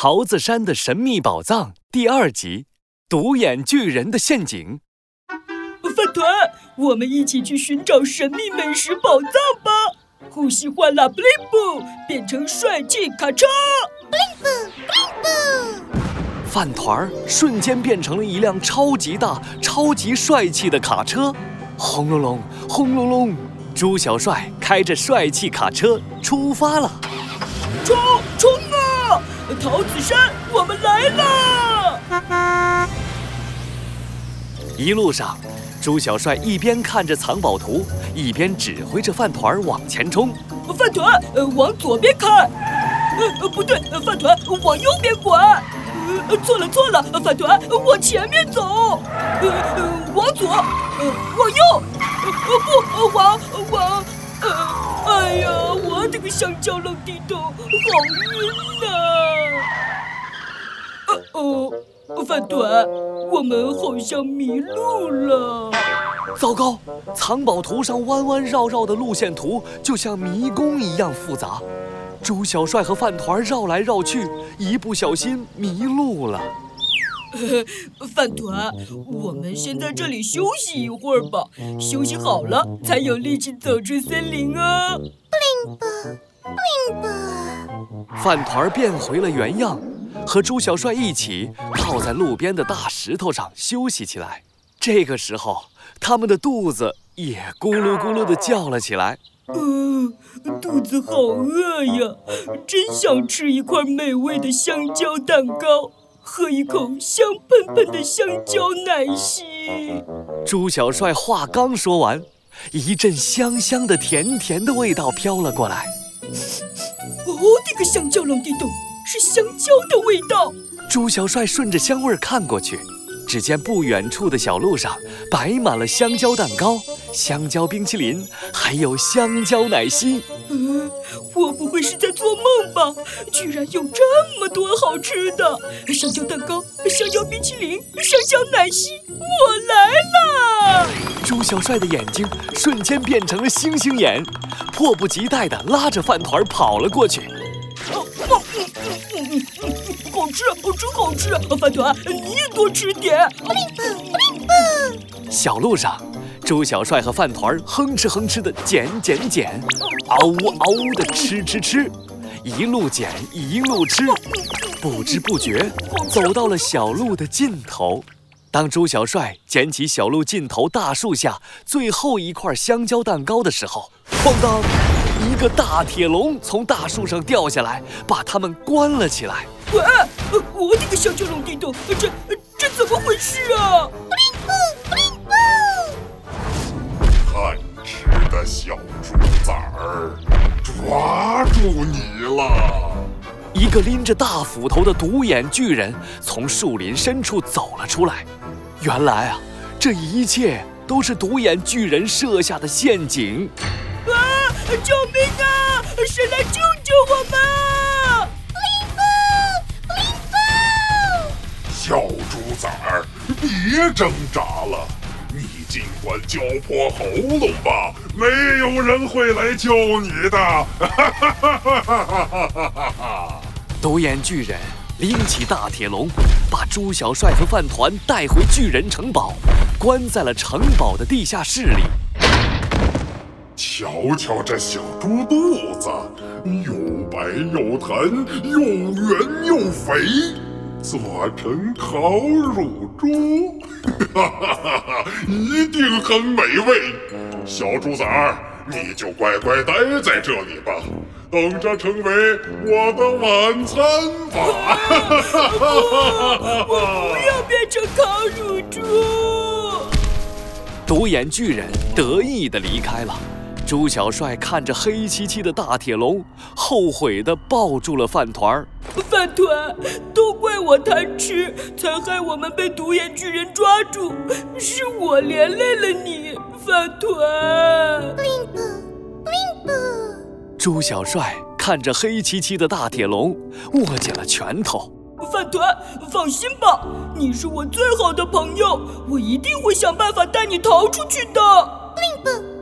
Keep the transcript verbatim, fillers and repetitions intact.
桃子山的神秘宝藏》第二集：独眼巨人的陷阱。 饭团，我们一起去寻找神秘美食宝藏吧！呼吸换了 bling boom， 变成帅气卡车 bling boom bling boom。 饭团瞬间变成了一辆超级大、超级帅气的卡车，轰隆隆，轰隆隆！猪小帅开着帅气卡车出发了。 冲冲啊！桃子山，我们来了！ 一路上，猪小帅一边看着藏宝图，一边指挥着饭团往前冲。 饭团，呃，往左边开。呃，不对，饭团往右边拐。呃，错了错了，饭团往前面走。呃，呃往左，呃，往右。呃，不，往往。呃，哎呀，我这个香蕉冷地洞，好晕呐！呃哦，饭团，我们好像迷路了。 糟糕，藏宝图上弯弯绕绕的路线图就像迷宫一样复杂。猪小帅和饭团绕来绕去，一不小心迷路了。 饭团，我们先在这里休息一会儿吧，休息好了才有力气走出森林啊！ bling boom bling boom。 饭团变回了原样，和猪小帅一起靠在路边的大石头上休息起来。这个时候，他们的肚子也咕噜咕噜地叫了起来。 嗯、呃，肚子好饿呀，真想吃一块美味的香蕉蛋糕。喝一口香喷喷的香蕉奶昔。 猪小帅话刚说完，一阵香香的甜甜的味道飘了过来。 哦，这个香蕉冷地洞是香蕉的味道。 猪小帅顺着香味看过去，只见不远处的小路上摆满了香蕉蛋糕、香蕉冰淇淋，还有香蕉奶昔。 嗯，我不会是在做梦吧？居然有这么多好吃的！香蕉蛋糕、香蕉冰淇淋、香蕉奶昔，我来了！ 猪小帅的眼睛瞬间变成了星星眼，迫不及待地拉着饭团跑了过去。 哦哦嗯嗯嗯嗯，好吃，真好吃！饭团，你也多吃点。 bling boom bling boom。 小路上，猪小帅和饭团哼哧哼哧的捡捡捡，嗷呜嗷呜的吃吃吃，一路捡一路吃，不知不觉走到了小路的尽头。当猪小帅捡起小路尽头大树下最后一块香蕉蛋糕的时候，哐当，一个大铁笼从大树上掉下来，把它们关了起来。 喂，我这个香蕉冷地洞，这这怎么回事啊？ bling boom bling boom。 贪吃的小猪崽儿，抓住你了！ 一个拎着大斧头的独眼巨人从树林深处走了出来。原来啊，这一切都是独眼巨人设下的陷阱。 啊！救命啊！谁来救救我们啊 bling boom bling boom。 小猪崽儿，别挣扎了。你尽管叫破喉咙吧，没有人会来救你的！ 独眼巨人拎起大铁笼，把猪小帅和饭团带回巨人城堡，关在了城堡的地下室里。 瞧瞧这小猪肚子，又白又弹，又圆又肥，做成烤乳猪，哈哈哈哈，一定很美味。小猪崽儿，你就乖乖待在这里吧，等着成为我的晚餐吧！ 我不要变成烤乳猪！ 独眼巨人得意地离开了。猪小帅看着黑漆漆的大铁笼，后悔地抱住了饭团。 饭团，都怪我贪吃，才害我们被独眼巨人抓住，是我连累了你，饭团。 bling boom bling boom。 猪小帅看着黑漆漆的大铁笼，握紧了拳头。 饭团，放心吧，你是我最好的朋友，我一定会想办法带你逃出去的。 bling boom。